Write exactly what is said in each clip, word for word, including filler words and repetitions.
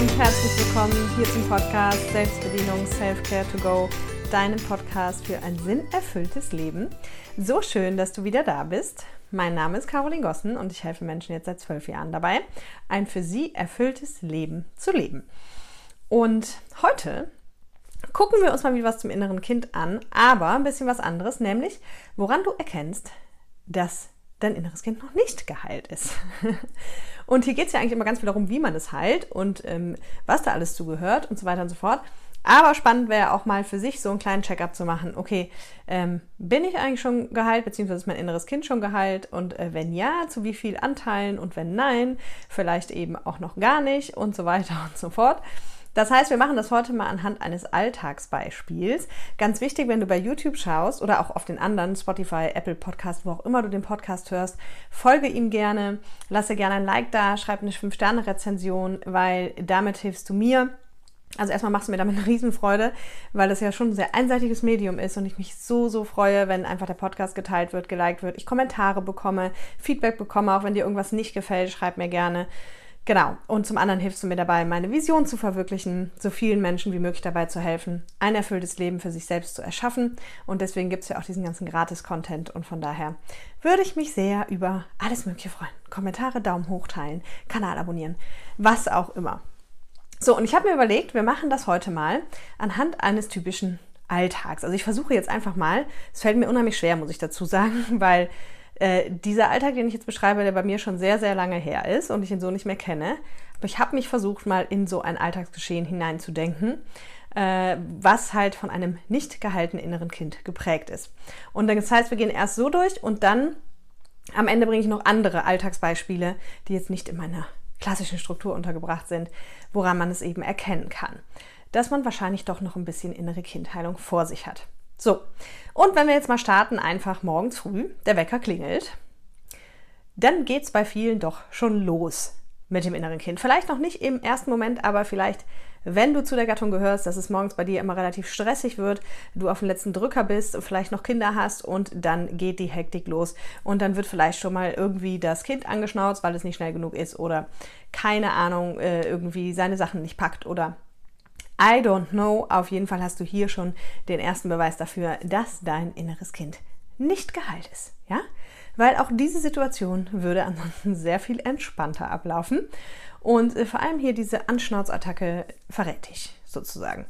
und herzlich willkommen hier zum Podcast Selbstbedienung Self-Care to Go, deinem Podcast für ein sinnerfülltes Leben. So schön, dass du wieder da bist. Mein Name ist Caroline Gossen und ich helfe Menschen jetzt seit zwölf Jahren dabei, ein für sie erfülltes Leben zu leben. Und heute gucken wir uns mal wieder was zum inneren Kind an, aber ein bisschen was anderes, nämlich woran du erkennst, dass dein inneres Kind noch nicht geheilt ist. Und hier geht es ja eigentlich immer ganz viel darum, wie man es heilt und ähm, was da alles zugehört und so weiter und so fort. Aber spannend wäre auch mal für sich so einen kleinen Check-up zu machen. Okay, ähm, bin ich eigentlich schon geheilt, beziehungsweise ist mein inneres Kind schon geheilt? Und äh, wenn ja, zu wie viel Anteilen? Und wenn nein, vielleicht eben auch noch gar nicht und so weiter und so fort. Das heißt, wir machen das heute mal anhand eines Alltagsbeispiels. Ganz wichtig, wenn du bei YouTube schaust oder auch auf den anderen, Spotify, Apple Podcast, wo auch immer du den Podcast hörst, folge ihm gerne, lasse gerne ein Like da, schreib eine fünf Sterne Rezension, weil damit hilfst du mir. Also erstmal machst du mir damit eine Riesenfreude, weil das ja schon ein sehr einseitiges Medium ist und ich mich so, so freue, wenn einfach der Podcast geteilt wird, geliked wird, ich Kommentare bekomme, Feedback bekomme, auch wenn dir irgendwas nicht gefällt, schreib mir gerne. Genau, und zum anderen hilfst du mir dabei, meine Vision zu verwirklichen, so vielen Menschen wie möglich dabei zu helfen, ein erfülltes Leben für sich selbst zu erschaffen. Und deswegen gibt es ja auch diesen ganzen Gratis-Content und von daher würde ich mich sehr über alles Mögliche freuen. Kommentare, Daumen hoch teilen, Kanal abonnieren, was auch immer. So, und ich habe mir überlegt, wir machen das heute mal anhand eines typischen Alltags. Also ich versuche jetzt einfach mal, es fällt mir unheimlich schwer, muss ich dazu sagen, weil Äh, dieser Alltag, den ich jetzt beschreibe, der bei mir schon sehr, sehr lange her ist und ich ihn so nicht mehr kenne. Aber ich habe mich versucht, mal in so ein Alltagsgeschehen hineinzudenken, äh, was halt von einem nicht geheilten inneren Kind geprägt ist. Und das heißt, wir gehen erst so durch und dann am Ende bringe ich noch andere Alltagsbeispiele, die jetzt nicht in meiner klassischen Struktur untergebracht sind, woran man es eben erkennen kann, dass man wahrscheinlich doch noch ein bisschen innere Kindheilung vor sich hat. So, und wenn wir jetzt mal starten, einfach morgens früh, der Wecker klingelt, dann geht es bei vielen doch schon los mit dem inneren Kind. Vielleicht noch nicht im ersten Moment, aber vielleicht, wenn du zu der Gattung gehörst, dass es morgens bei dir immer relativ stressig wird, du auf dem letzten Drücker bist und vielleicht noch Kinder hast und dann geht die Hektik los und dann wird vielleicht schon mal irgendwie das Kind angeschnauzt, weil es nicht schnell genug ist oder keine Ahnung, irgendwie seine Sachen nicht packt oder I don't know, auf jeden Fall hast du hier schon den ersten Beweis dafür, dass dein inneres Kind nicht geheilt ist, ja? Weil auch diese Situation würde ansonsten sehr viel entspannter ablaufen und äh, vor allem hier diese Anschnauzattacke verrät dich sozusagen.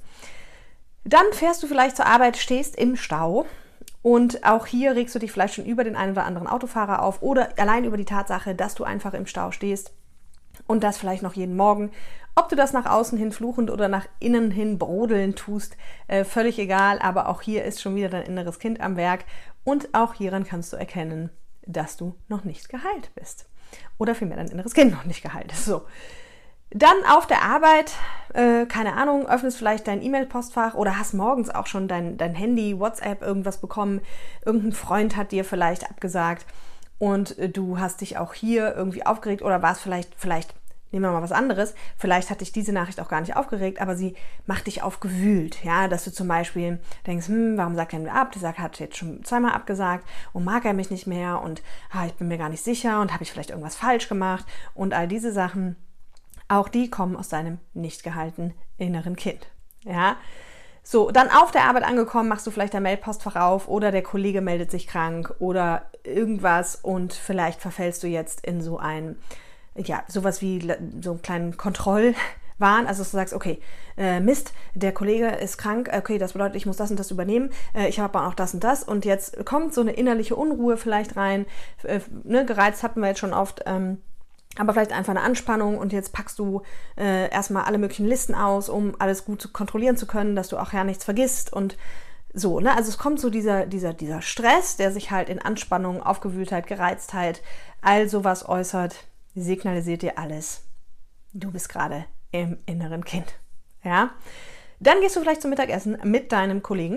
Dann fährst du vielleicht zur Arbeit, stehst im Stau und auch hier regst du dich vielleicht schon über den einen oder anderen Autofahrer auf oder allein über die Tatsache, dass du einfach im Stau stehst und das vielleicht noch jeden Morgen. Ob du das nach außen hin fluchend oder nach innen hin brodelnd tust, äh, völlig egal, aber auch hier ist schon wieder dein inneres Kind am Werk und auch hieran kannst du erkennen, dass du noch nicht geheilt bist. Oder vielmehr dein inneres Kind noch nicht geheilt ist. So. Dann auf der Arbeit, äh, keine Ahnung, öffnest vielleicht dein E-Mail-Postfach oder hast morgens auch schon dein, dein Handy, WhatsApp, irgendwas bekommen. Irgendein Freund hat dir vielleicht abgesagt und äh, du hast dich auch hier irgendwie aufgeregt oder warst vielleicht, vielleicht nehmen wir mal was anderes, vielleicht hat dich diese Nachricht auch gar nicht aufgeregt, aber sie macht dich aufgewühlt, ja, dass du zum Beispiel denkst, hm, warum sagt er mir ab? Der sagt, hat jetzt schon zweimal abgesagt und mag er mich nicht mehr und ah, ich bin mir gar nicht sicher und habe ich vielleicht irgendwas falsch gemacht und all diese Sachen, auch die kommen aus deinem nicht geheilten inneren Kind, ja. So, dann auf der Arbeit angekommen, machst du vielleicht dein Mailpostfach auf oder der Kollege meldet sich krank oder irgendwas und vielleicht verfällst du jetzt in so ein ja, sowas wie so einen kleinen Kontrollwahn, also dass du sagst, okay, äh, Mist, der Kollege ist krank, okay, das bedeutet, ich muss das und das übernehmen, äh, ich habe auch das und das und jetzt kommt so eine innerliche Unruhe vielleicht rein, äh, ne, gereizt hatten wir jetzt schon oft, ähm, aber vielleicht einfach eine Anspannung und jetzt packst du äh, erstmal alle möglichen Listen aus, um alles gut zu kontrollieren zu können, dass du auch ja nichts vergisst und so, ne, also es kommt so dieser, dieser, dieser Stress, der sich halt in Anspannung, Aufgewühltheit, Gereiztheit, all sowas äußert, signalisiert dir alles, du bist gerade im inneren Kind, ja. Dann gehst du vielleicht zum Mittagessen mit deinem Kollegen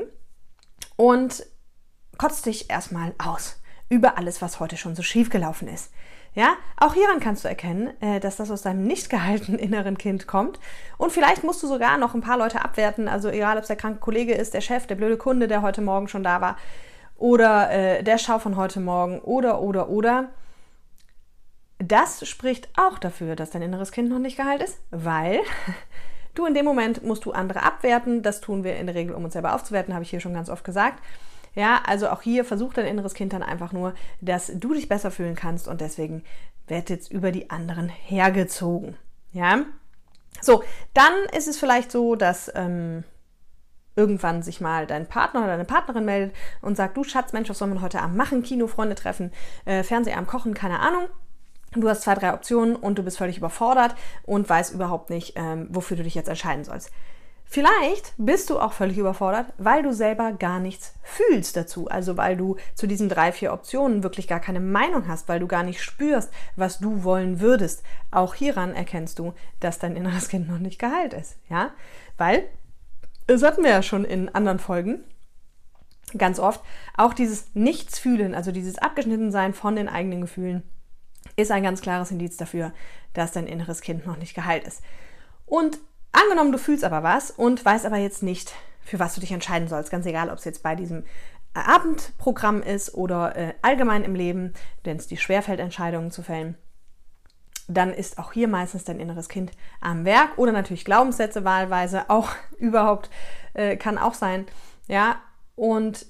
und kotzt dich erstmal aus über alles, was heute schon so schief gelaufen ist. Ja, auch hieran kannst du erkennen, dass das aus deinem nicht geheilten inneren Kind kommt. Und vielleicht musst du sogar noch ein paar Leute abwerten, also egal, ob es der kranke Kollege ist, der Chef, der blöde Kunde, der heute Morgen schon da war, oder äh, der Schau von heute Morgen, oder, oder, oder. das spricht auch dafür, dass dein inneres Kind noch nicht geheilt ist, weil du in dem Moment musst du andere abwerten. Das tun wir in der Regel, um uns selber aufzuwerten, habe ich hier schon ganz oft gesagt. Ja, also auch hier versucht dein inneres Kind dann einfach nur, dass du dich besser fühlen kannst und deswegen wird jetzt über die anderen hergezogen. Ja, so, dann ist es vielleicht so, dass ähm, irgendwann sich mal dein Partner oder deine Partnerin meldet und sagt, du Schatz, Mensch, was sollen wir heute Abend machen? Kino, Freunde treffen, äh, Fernsehabend, kochen, keine Ahnung. Du hast zwei, drei Optionen und du bist völlig überfordert und weißt überhaupt nicht, ähm, wofür du dich jetzt entscheiden sollst. Vielleicht bist du auch völlig überfordert, weil du selber gar nichts fühlst dazu. Also weil du zu diesen drei, vier Optionen wirklich gar keine Meinung hast, weil du gar nicht spürst, was du wollen würdest. Auch hieran erkennst du, dass dein inneres Kind noch nicht geheilt ist. Ja? Weil, das hatten wir ja schon in anderen Folgen, ganz oft, auch dieses Nichtsfühlen, also dieses Abgeschnittensein von den eigenen Gefühlen, ist ein ganz klares Indiz dafür, dass dein inneres Kind noch nicht geheilt ist. Und angenommen, du fühlst aber was und weißt aber jetzt nicht, für was du dich entscheiden sollst. Ganz egal, ob es jetzt bei diesem Abendprogramm ist oder äh, allgemein im Leben, wenn es dir schwerfällt, Entscheidungen zu fällen, dann ist auch hier meistens dein inneres Kind am Werk oder natürlich Glaubenssätze wahlweise auch überhaupt, äh, kann auch sein. Ja, und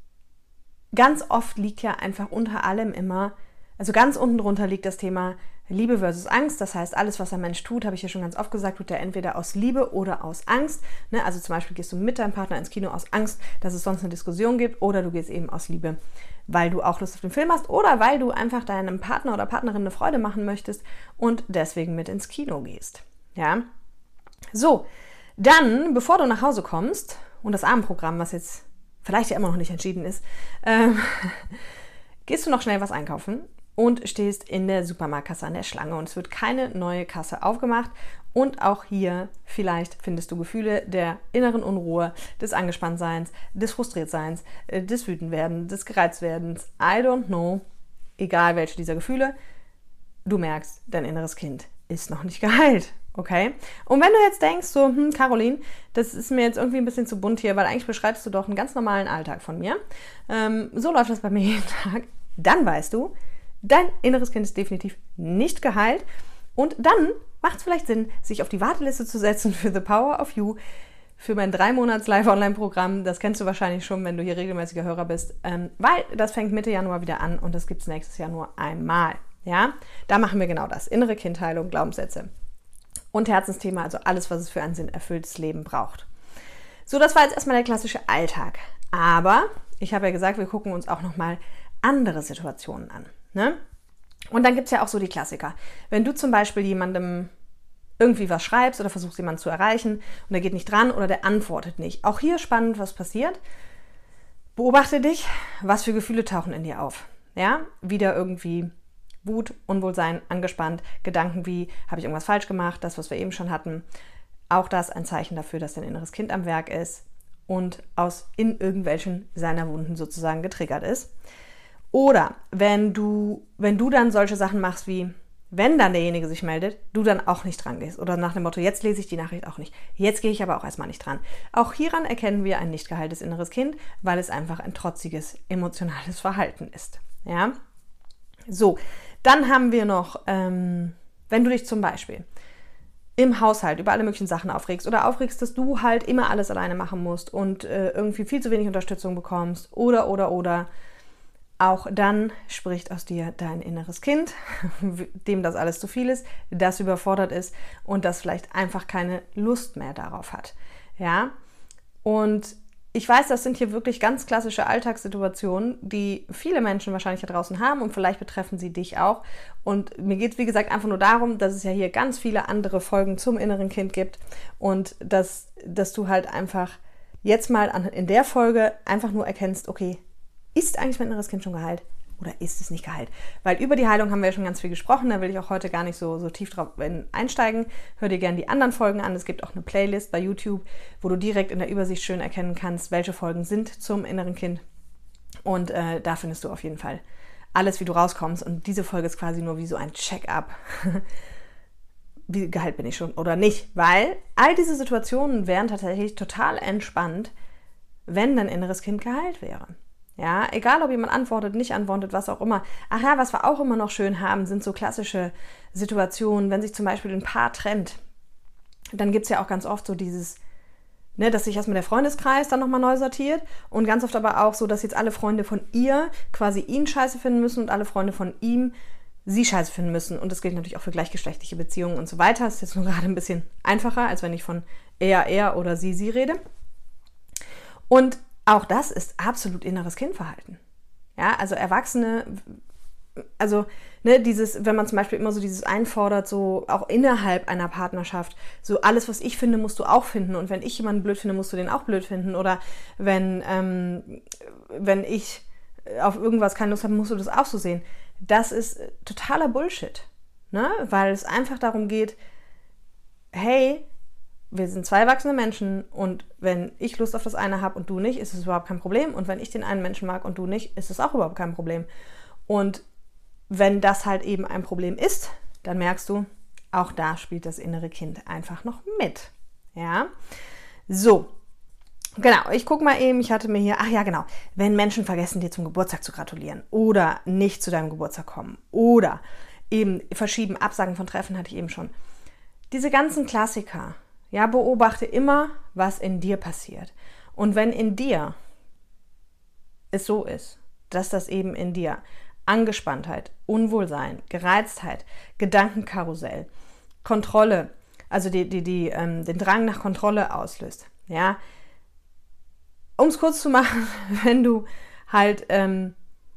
ganz oft liegt ja einfach unter allem immer, also ganz unten drunter liegt das Thema Liebe versus Angst. Das heißt, alles, was ein Mensch tut, habe ich ja schon ganz oft gesagt, tut er entweder aus Liebe oder aus Angst. Ne? Also zum Beispiel gehst du mit deinem Partner ins Kino aus Angst, dass es sonst eine Diskussion gibt, oder du gehst eben aus Liebe, weil du auch Lust auf den Film hast oder weil du einfach deinem Partner oder Partnerin eine Freude machen möchtest und deswegen mit ins Kino gehst. Ja? So, dann, bevor du nach Hause kommst und das Abendprogramm, was jetzt vielleicht ja immer noch nicht entschieden ist, ähm, gehst du noch schnell was einkaufen und stehst in der Supermarktkasse an der Schlange und es wird keine neue Kasse aufgemacht und auch hier vielleicht findest du Gefühle der inneren Unruhe, des Angespanntseins, des Frustriertseins, des Wütendwerdens, des Gereiztwerdens, I don't know, egal welche dieser Gefühle, du merkst, dein inneres Kind ist noch nicht geheilt, okay? Und wenn du jetzt denkst, so, hm, Caroline, das ist mir jetzt irgendwie ein bisschen zu bunt hier, weil eigentlich beschreibst du doch einen ganz normalen Alltag von mir, ähm, so läuft das bei mir jeden Tag, dann weißt du, dein inneres Kind ist definitiv nicht geheilt und dann macht es vielleicht Sinn, sich auf die Warteliste zu setzen für The Power of You, für mein drei Monats Live-Online-Programm. Das kennst du wahrscheinlich schon, wenn du hier regelmäßiger Hörer bist, ähm, weil das fängt Mitte Januar wieder an und das gibt es nächstes Jahr nur einmal. Ja? Da machen wir genau das, innere Kindheilung, Glaubenssätze und Herzensthema, also alles, was es für ein sinnerfülltes Leben braucht. So, das war jetzt erstmal der klassische Alltag. Aber ich habe ja gesagt, wir gucken uns auch nochmal andere Situationen an. Ne? Und dann gibt es ja auch so die Klassiker. Wenn du zum Beispiel jemandem irgendwie was schreibst oder versuchst, jemanden zu erreichen und der geht nicht dran oder der antwortet nicht. Auch hier spannend, was passiert. Beobachte dich, was für Gefühle tauchen in dir auf. Ja? Wieder irgendwie Wut, Unwohlsein, angespannt, Gedanken wie, habe ich irgendwas falsch gemacht, das, was wir eben schon hatten. Auch das ein Zeichen dafür, dass dein inneres Kind am Werk ist und aus in irgendwelchen seiner Wunden sozusagen getriggert ist. Oder wenn du, wenn du dann solche Sachen machst wie, wenn dann derjenige sich meldet, du dann auch nicht dran gehst. Oder nach dem Motto, jetzt lese ich die Nachricht auch nicht. Jetzt gehe ich aber auch erstmal nicht dran. Auch hieran erkennen wir ein nicht geheiltes inneres Kind, weil es einfach ein trotziges, emotionales Verhalten ist. Ja? So, dann haben wir noch, ähm, wenn du dich zum Beispiel im Haushalt über alle möglichen Sachen aufregst oder aufregst, dass du halt immer alles alleine machen musst und äh, irgendwie viel zu wenig Unterstützung bekommst oder, oder, oder, auch dann spricht aus dir dein inneres Kind, dem das alles zu viel ist, das überfordert ist und das vielleicht einfach keine Lust mehr darauf hat. Ja? Und ich weiß, das sind hier wirklich ganz klassische Alltagssituationen, die viele Menschen wahrscheinlich da draußen haben und vielleicht betreffen sie dich auch. Und mir geht es, wie gesagt, einfach nur darum, dass es ja hier ganz viele andere Folgen zum inneren Kind gibt und dass, dass du halt einfach jetzt mal an, in der Folge einfach nur erkennst, okay, ist eigentlich mein inneres Kind schon geheilt oder ist es nicht geheilt? Weil über die Heilung haben wir ja schon ganz viel gesprochen, da will ich auch heute gar nicht so, so tief drauf einsteigen. Hör dir gerne die anderen Folgen an. Es gibt auch eine Playlist bei YouTube, wo du direkt in der Übersicht schön erkennen kannst, welche Folgen sind zum inneren Kind. Und äh, da findest du auf jeden Fall alles, wie du rauskommst. Und diese Folge ist quasi nur wie so ein Check-up. Wie geheilt bin ich schon oder nicht? Weil all diese Situationen wären tatsächlich total entspannt, wenn dein inneres Kind geheilt wäre. Ja, egal ob jemand antwortet, nicht antwortet, was auch immer. Ach ja, was wir auch immer noch schön haben, sind so klassische Situationen, wenn sich zum Beispiel ein Paar trennt. Dann gibt es ja auch ganz oft so dieses, ne, dass sich erstmal der Freundeskreis dann nochmal neu sortiert und ganz oft aber auch so, dass jetzt alle Freunde von ihr quasi ihn scheiße finden müssen und alle Freunde von ihm sie scheiße finden müssen. Und das gilt natürlich auch für gleichgeschlechtliche Beziehungen und so weiter. Das ist jetzt nur gerade ein bisschen einfacher, als wenn ich von er, er oder sie, sie rede. Und auch das ist absolut inneres Kindverhalten. Ja, also Erwachsene, also ne, dieses, wenn man zum Beispiel immer so dieses einfordert, so auch innerhalb einer Partnerschaft, so alles, was ich finde, musst du auch finden und wenn ich jemanden blöd finde, musst du den auch blöd finden oder wenn, ähm, wenn ich auf irgendwas keine Lust habe, musst du das auch so sehen. Das ist totaler Bullshit, ne? Weil es einfach darum geht, hey, wir sind zwei erwachsene Menschen und wenn ich Lust auf das eine habe und du nicht, ist es überhaupt kein Problem. Und wenn ich den einen Menschen mag und du nicht, ist es auch überhaupt kein Problem. Und wenn das halt eben ein Problem ist, dann merkst du, auch da spielt das innere Kind einfach noch mit. Ja, so. Genau, ich gucke mal eben, ich hatte mir hier, ach ja genau, wenn Menschen vergessen, dir zum Geburtstag zu gratulieren oder nicht zu deinem Geburtstag kommen oder eben verschieben, Absagen von Treffen hatte ich eben schon. Diese ganzen Klassiker, ja, beobachte immer, was in dir passiert. Und wenn in dir es so ist, dass das eben in dir Angespanntheit, Unwohlsein, Gereiztheit, Gedankenkarussell, Kontrolle, also die, die, die, ähm, den Drang nach Kontrolle auslöst, ja, um es kurz zu machen, wenn du halt, ähm,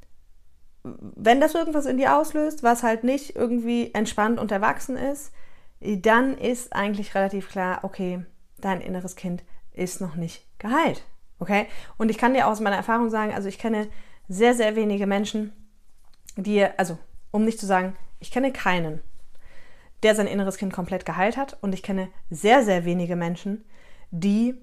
wenn das irgendwas in dir auslöst, was halt nicht irgendwie entspannt und erwachsen ist, dann ist eigentlich relativ klar, okay, dein inneres Kind ist noch nicht geheilt, okay? Und ich kann dir aus meiner Erfahrung sagen, also ich kenne sehr, sehr wenige Menschen, die, also um nicht zu sagen, ich kenne keinen, der sein inneres Kind komplett geheilt hat und ich kenne sehr, sehr wenige Menschen, die,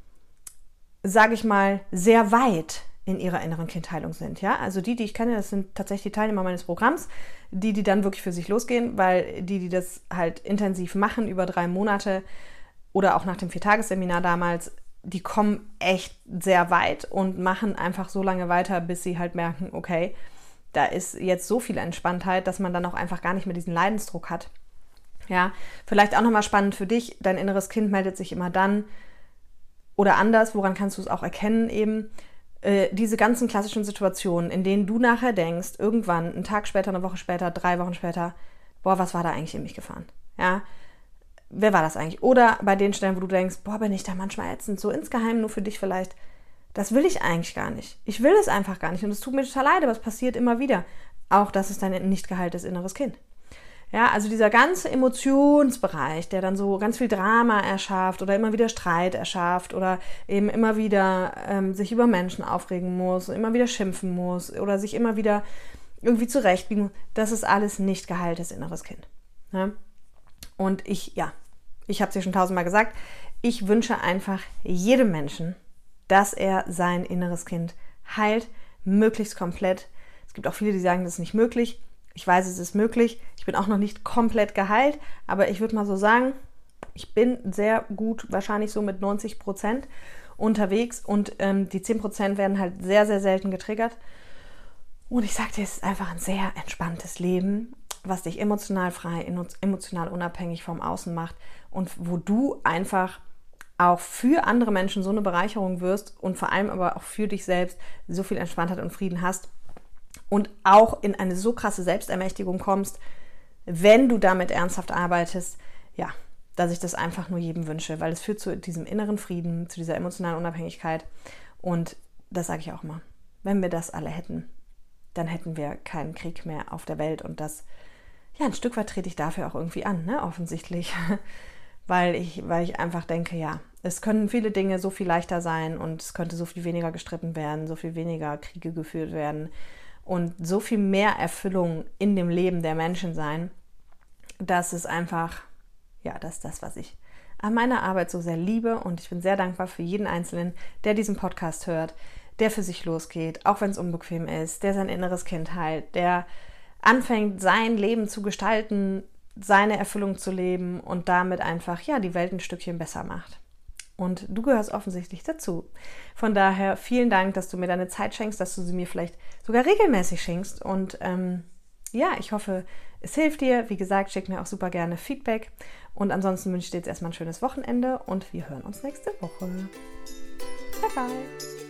sage ich mal, sehr weit in ihrer inneren Kindheilung sind. Ja? Also die, die ich kenne, das sind tatsächlich die Teilnehmer meines Programms, die, die dann wirklich für sich losgehen, weil die, die das halt intensiv machen über drei Monate oder auch nach dem Viertagesseminar damals, die kommen echt sehr weit und machen einfach so lange weiter, bis sie halt merken, okay, da ist jetzt so viel Entspanntheit, dass man dann auch einfach gar nicht mehr diesen Leidensdruck hat. Ja, vielleicht auch nochmal spannend für dich, dein inneres Kind meldet sich immer dann oder anders, woran kannst du es auch erkennen eben, diese ganzen klassischen Situationen, in denen du nachher denkst, irgendwann, einen Tag später, eine Woche später, drei Wochen später, boah, was war da eigentlich in mich gefahren? Ja, wer war das eigentlich? Oder bei den Stellen, wo du denkst, boah, bin ich da manchmal ätzend, so insgeheim nur für dich vielleicht, das will ich eigentlich gar nicht. Ich will es einfach gar nicht und es tut mir total leid, aber es passiert immer wieder. Auch das ist dein nicht geheiltes inneres Kind. Ja, also dieser ganze Emotionsbereich, der dann so ganz viel Drama erschafft oder immer wieder Streit erschafft oder eben immer wieder ähm, sich über Menschen aufregen muss, immer wieder schimpfen muss oder sich immer wieder irgendwie zurechtbiegen muss, das ist alles nicht geheiltes inneres Kind. Ja? Und ich, ja, ich habe es dir schon tausendmal gesagt, ich wünsche einfach jedem Menschen, dass er sein inneres Kind heilt, möglichst komplett. Es gibt auch viele, die sagen, das ist nicht möglich. Ich weiß, es ist möglich. Ich bin auch noch nicht komplett geheilt, aber ich würde mal so sagen, ich bin sehr gut, wahrscheinlich so mit neunzig Prozent unterwegs und ähm, die zehn Prozent werden halt sehr, sehr selten getriggert. Und ich sage dir, es ist einfach ein sehr entspanntes Leben, was dich emotional frei, emotional unabhängig vom Außen macht und wo du einfach auch für andere Menschen so eine Bereicherung wirst und vor allem aber auch für dich selbst so viel Entspanntheit und Frieden hast. Und auch in eine so krasse Selbstermächtigung kommst, wenn du damit ernsthaft arbeitest, ja, dass ich das einfach nur jedem wünsche, weil es führt zu diesem inneren Frieden, zu dieser emotionalen Unabhängigkeit und das sage ich auch mal, wenn wir das alle hätten, dann hätten wir keinen Krieg mehr auf der Welt und das, ja, ein Stück weit trete ich dafür auch irgendwie an, ne, offensichtlich, weil ich, weil ich einfach denke, ja, es können viele Dinge so viel leichter sein und es könnte so viel weniger gestritten werden, so viel weniger Kriege geführt werden, und so viel mehr Erfüllung in dem Leben der Menschen sein, dass es einfach, ja, das ist das, was ich an meiner Arbeit so sehr liebe und ich bin sehr dankbar für jeden Einzelnen, der diesen Podcast hört, der für sich losgeht, auch wenn es unbequem ist, der sein inneres Kind heilt, der anfängt, sein Leben zu gestalten, seine Erfüllung zu leben und damit einfach, ja, die Welt ein Stückchen besser macht. Und du gehörst offensichtlich dazu. Von daher vielen Dank, dass du mir deine Zeit schenkst, dass du sie mir vielleicht sogar regelmäßig schenkst. Und ähm, ja, ich hoffe, es hilft dir. Wie gesagt, schick mir auch super gerne Feedback. Und ansonsten wünsche ich dir jetzt erstmal ein schönes Wochenende und wir hören uns nächste Woche. Bye, bye.